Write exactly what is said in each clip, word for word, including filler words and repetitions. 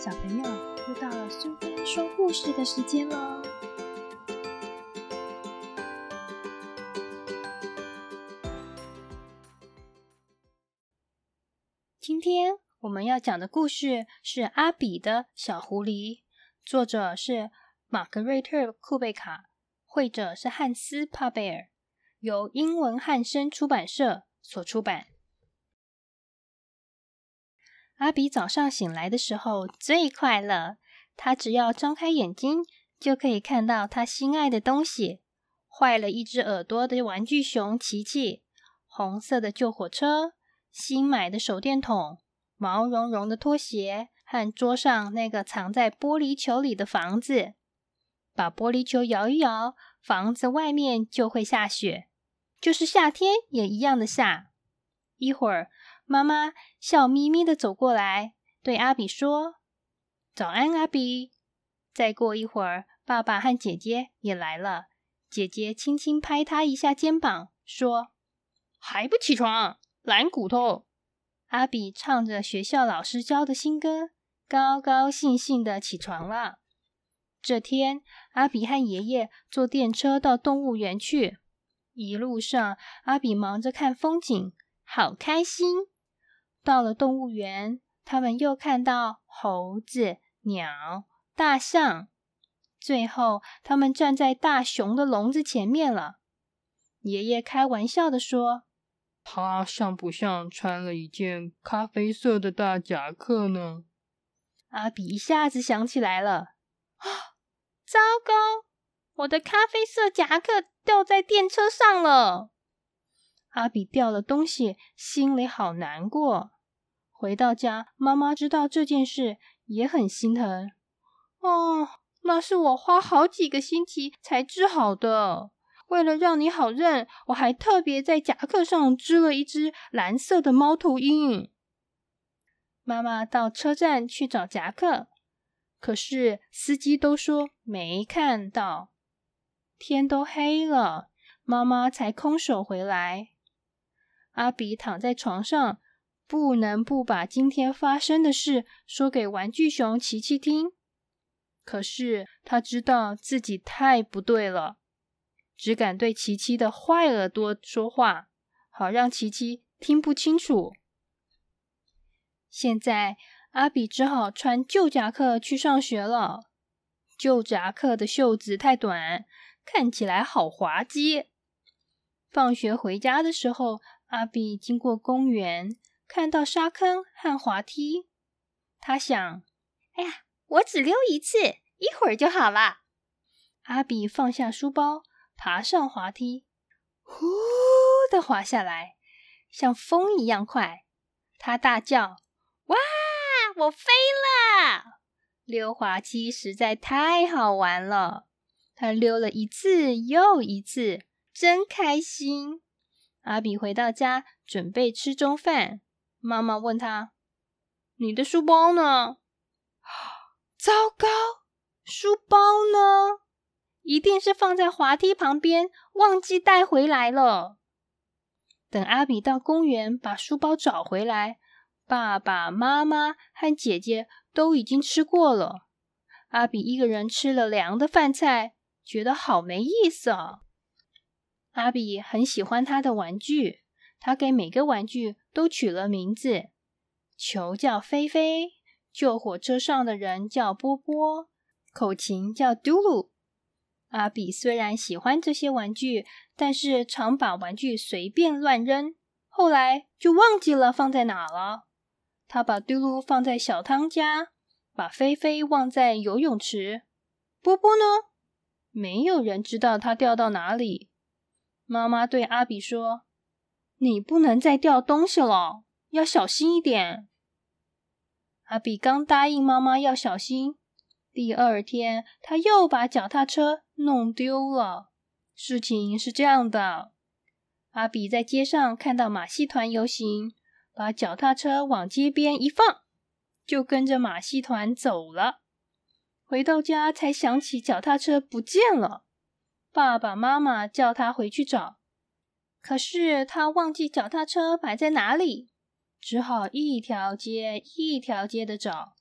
小朋友，又到了苏菲说故事的时间咯。今天我们要讲的故事是阿比的小狐狸，作者是玛格瑞特·库贝卡，绘者是汉斯·帕贝尔，由英文汉声出版社所出版。阿比早上醒来的时候最快乐，他只要张开眼睛，就可以看到他心爱的东西：坏了一只耳朵的玩具熊琪琪，红色的旧火车，新买的手电筒，毛茸茸的拖鞋，和桌上那个藏在玻璃球里的房子。把玻璃球摇一摇，房子外面就会下雪，就是夏天也一样的下。一会儿，妈妈笑眯眯地走过来，对阿比说：“早安，阿比。”再过一会儿，爸爸和姐姐也来了。姐姐轻轻拍他一下肩膀，说：“还不起床，懒骨头。”阿比唱着学校老师教的新歌，高高兴兴地起床了。这天，阿比和爷爷坐电车到动物园去。一路上，阿比忙着看风景，好开心。到了动物园，他们又看到猴子、鸟、大象，最后他们站在大熊的笼子前面了。爷爷开玩笑地说：“ 他像不像穿了一件咖啡色的大夹克呢？” 阿比一下子想起来了，啊，糟糕，我的咖啡色夹克掉在电车上了。阿比掉了东西，心里好难过。回到家，妈妈知道这件事，也很心疼。哦，那是我花好几个星期才织好的。为了让你好认，我还特别在夹克上织了一只蓝色的猫头鹰。妈妈到车站去找夹克，可是司机都说没看到。天都黑了，妈妈才空手回来。阿比躺在床上，不能不把今天发生的事说给玩具熊琪琪听。可是他知道自己太不对了，只敢对琪琪的坏耳朵说话，好让琪琪听不清楚。现在阿比只好穿旧夹克去上学了。旧夹克的袖子太短，看起来好滑稽。放学回家的时候，阿比经过公园，看到沙坑和滑梯。他想，哎呀，我只溜一次，一会儿就好了。阿比放下书包，爬上滑梯，呼地滑下来，像风一样快。他大叫：“哇，我飞了！”溜滑梯实在太好玩了，他溜了一次又一次，真开心。阿比回到家，准备吃中饭。妈妈问他：“你的书包呢？”糟糕，书包呢？一定是放在滑梯旁边，忘记带回来了。等阿比到公园把书包找回来，爸爸妈妈和姐姐都已经吃过了。阿比一个人吃了凉的饭菜，觉得好没意思哦。阿比很喜欢他的玩具，他给每个玩具都取了名字。球叫飞飞，旧火车上的人叫波波，口琴叫嘟噜。阿比虽然喜欢这些玩具，但是常把玩具随便乱扔，后来就忘记了放在哪了。他把嘟噜放在小汤家，把飞飞忘在游泳池。波波呢？没有人知道他掉到哪里。妈妈对阿比说：“你不能再掉东西了，要小心一点。”阿比刚答应妈妈要小心，第二天他又把脚踏车弄丢了。事情是这样的，阿比在街上看到马戏团游行，把脚踏车往街边一放，就跟着马戏团走了。回到家才想起脚踏车不见了，爸爸妈妈叫他回去找，可是他忘记脚踏车摆在哪里，只好一条街一条街的找，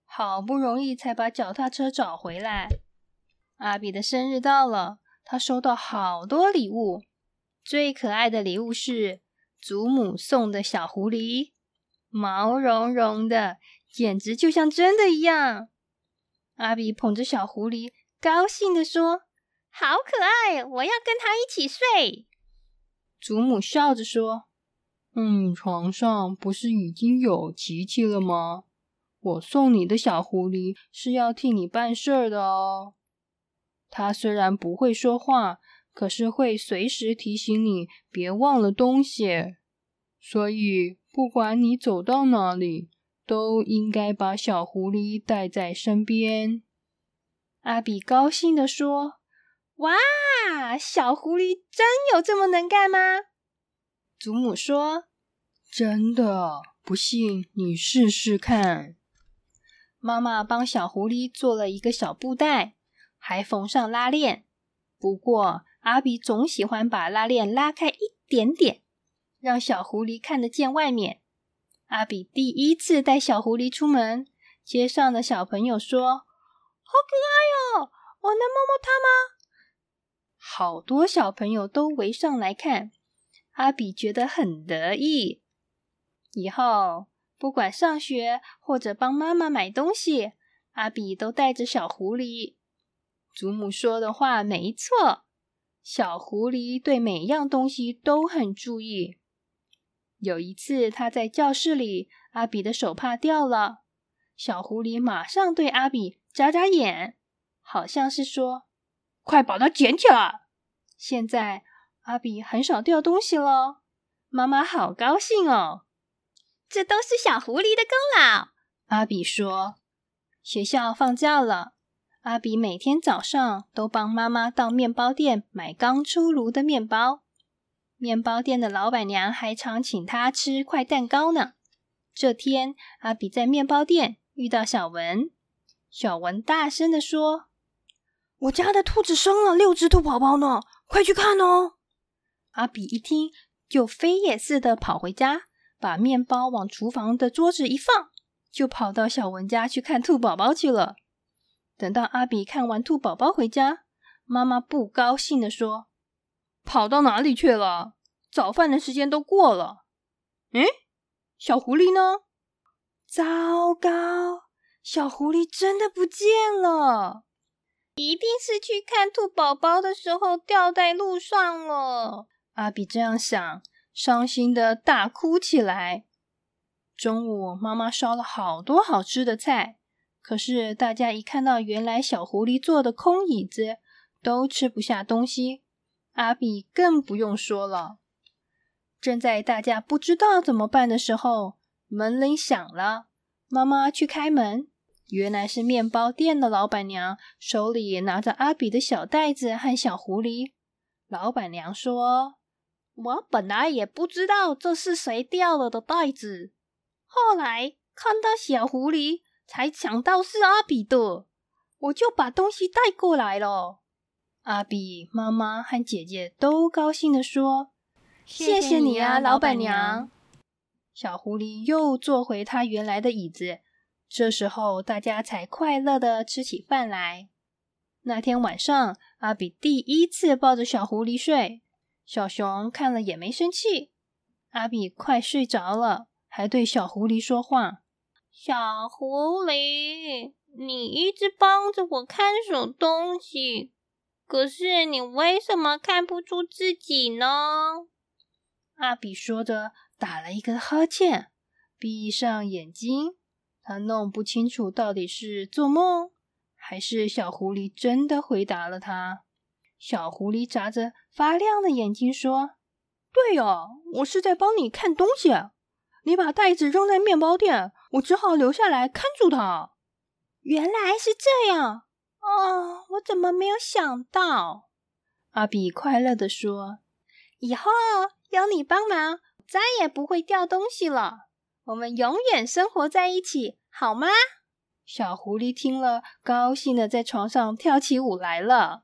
好不容易才把脚踏车找回来。阿比的生日到了，他收到好多礼物，最可爱的礼物是祖母送的小狐狸，毛茸茸的，简直就像真的一样。阿比捧着小狐狸，高兴地说：好可爱，我要跟它一起睡。祖母笑着说： 嗯，床上不是已经有琪琪了吗？我送你的小狐狸是要替你办事儿的哦。它虽然不会说话，可是会随时提醒你别忘了东西。所以不管你走到哪里，都应该把小狐狸带在身边。 阿比高兴地说：哇，小狐狸真有这么能干吗？祖母说： 真的，不信你试试看。 妈妈帮小狐狸做了一个小布袋，还缝上拉链。不过阿比总喜欢把拉链拉开一点点，让小狐狸看得见外面。阿比第一次带小狐狸出门，街上的小朋友说：好可爱哦，我能摸摸它吗？好多小朋友都围上来看，阿比觉得很得意。以后不管上学或者帮妈妈买东西，阿比都带着小狐狸。祖母说的话没错，小狐狸对每样东西都很注意。有一次他在教室里，阿比的手帕掉了，小狐狸马上对阿比眨眨眼，好像是说：快把它捡起来。现在阿比很少掉东西了，妈妈好高兴哦。这都是小狐狸的功劳，阿比说。学校放假了，阿比每天早上都帮妈妈到面包店买刚出炉的面包。面包店的老板娘还常请他吃块蛋糕呢。这天，阿比在面包店遇到小文，小文大声地说：我家的兔子生了六只兔宝宝呢，快去看哦！阿比一听，就飞也似的跑回家，把面包往厨房的桌子一放，就跑到小文家去看兔宝宝去了。等到阿比看完兔宝宝回家，妈妈不高兴地说：跑到哪里去了？早饭的时间都过了。诶，小狐狸呢？糟糕，小狐狸真的不见了。一定是去看兔宝宝的时候掉在路上了。阿比这样想，伤心的大哭起来。中午，妈妈烧了好多好吃的菜，可是大家一看到原来小狐狸坐的空椅子，都吃不下东西。阿比更不用说了。正在大家不知道怎么办的时候，门铃响了，妈妈去开门。原来是面包店的老板娘，手里拿着阿比的小袋子和小狐狸。老板娘说：我本来也不知道这是谁掉了的袋子，后来看到小狐狸才想到是阿比的，我就把东西带过来了。阿比妈妈和姐姐都高兴地说：谢谢你啊，老板娘。小狐狸又坐回它原来的椅子，这时候大家才快乐地吃起饭来。那天晚上，阿比第一次抱着小狐狸睡，小熊看了也没生气。阿比快睡着了，还对小狐狸说话：小狐狸，你一直帮着我看守东西，可是你为什么看不出自己呢？阿比说着打了一个哈欠，闭上眼睛。他弄不清楚到底是做梦，还是小狐狸真的回答了他。小狐狸眨着发亮的眼睛说：对哦，我是在帮你看东西。你把袋子扔在面包店，我只好留下来看住它。原来是这样哦，我怎么没有想到？阿比快乐地说：以后有你帮忙，再也不会掉东西了。我们永远生活在一起，好吗？小狐狸听了，高兴地在床上跳起舞来了。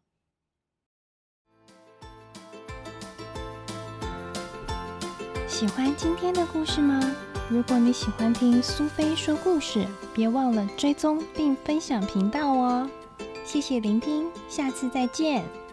喜欢今天的故事吗？ 如果你喜欢听苏菲说故事，别忘了追踪并分享频道哦。谢谢聆听，下次再见。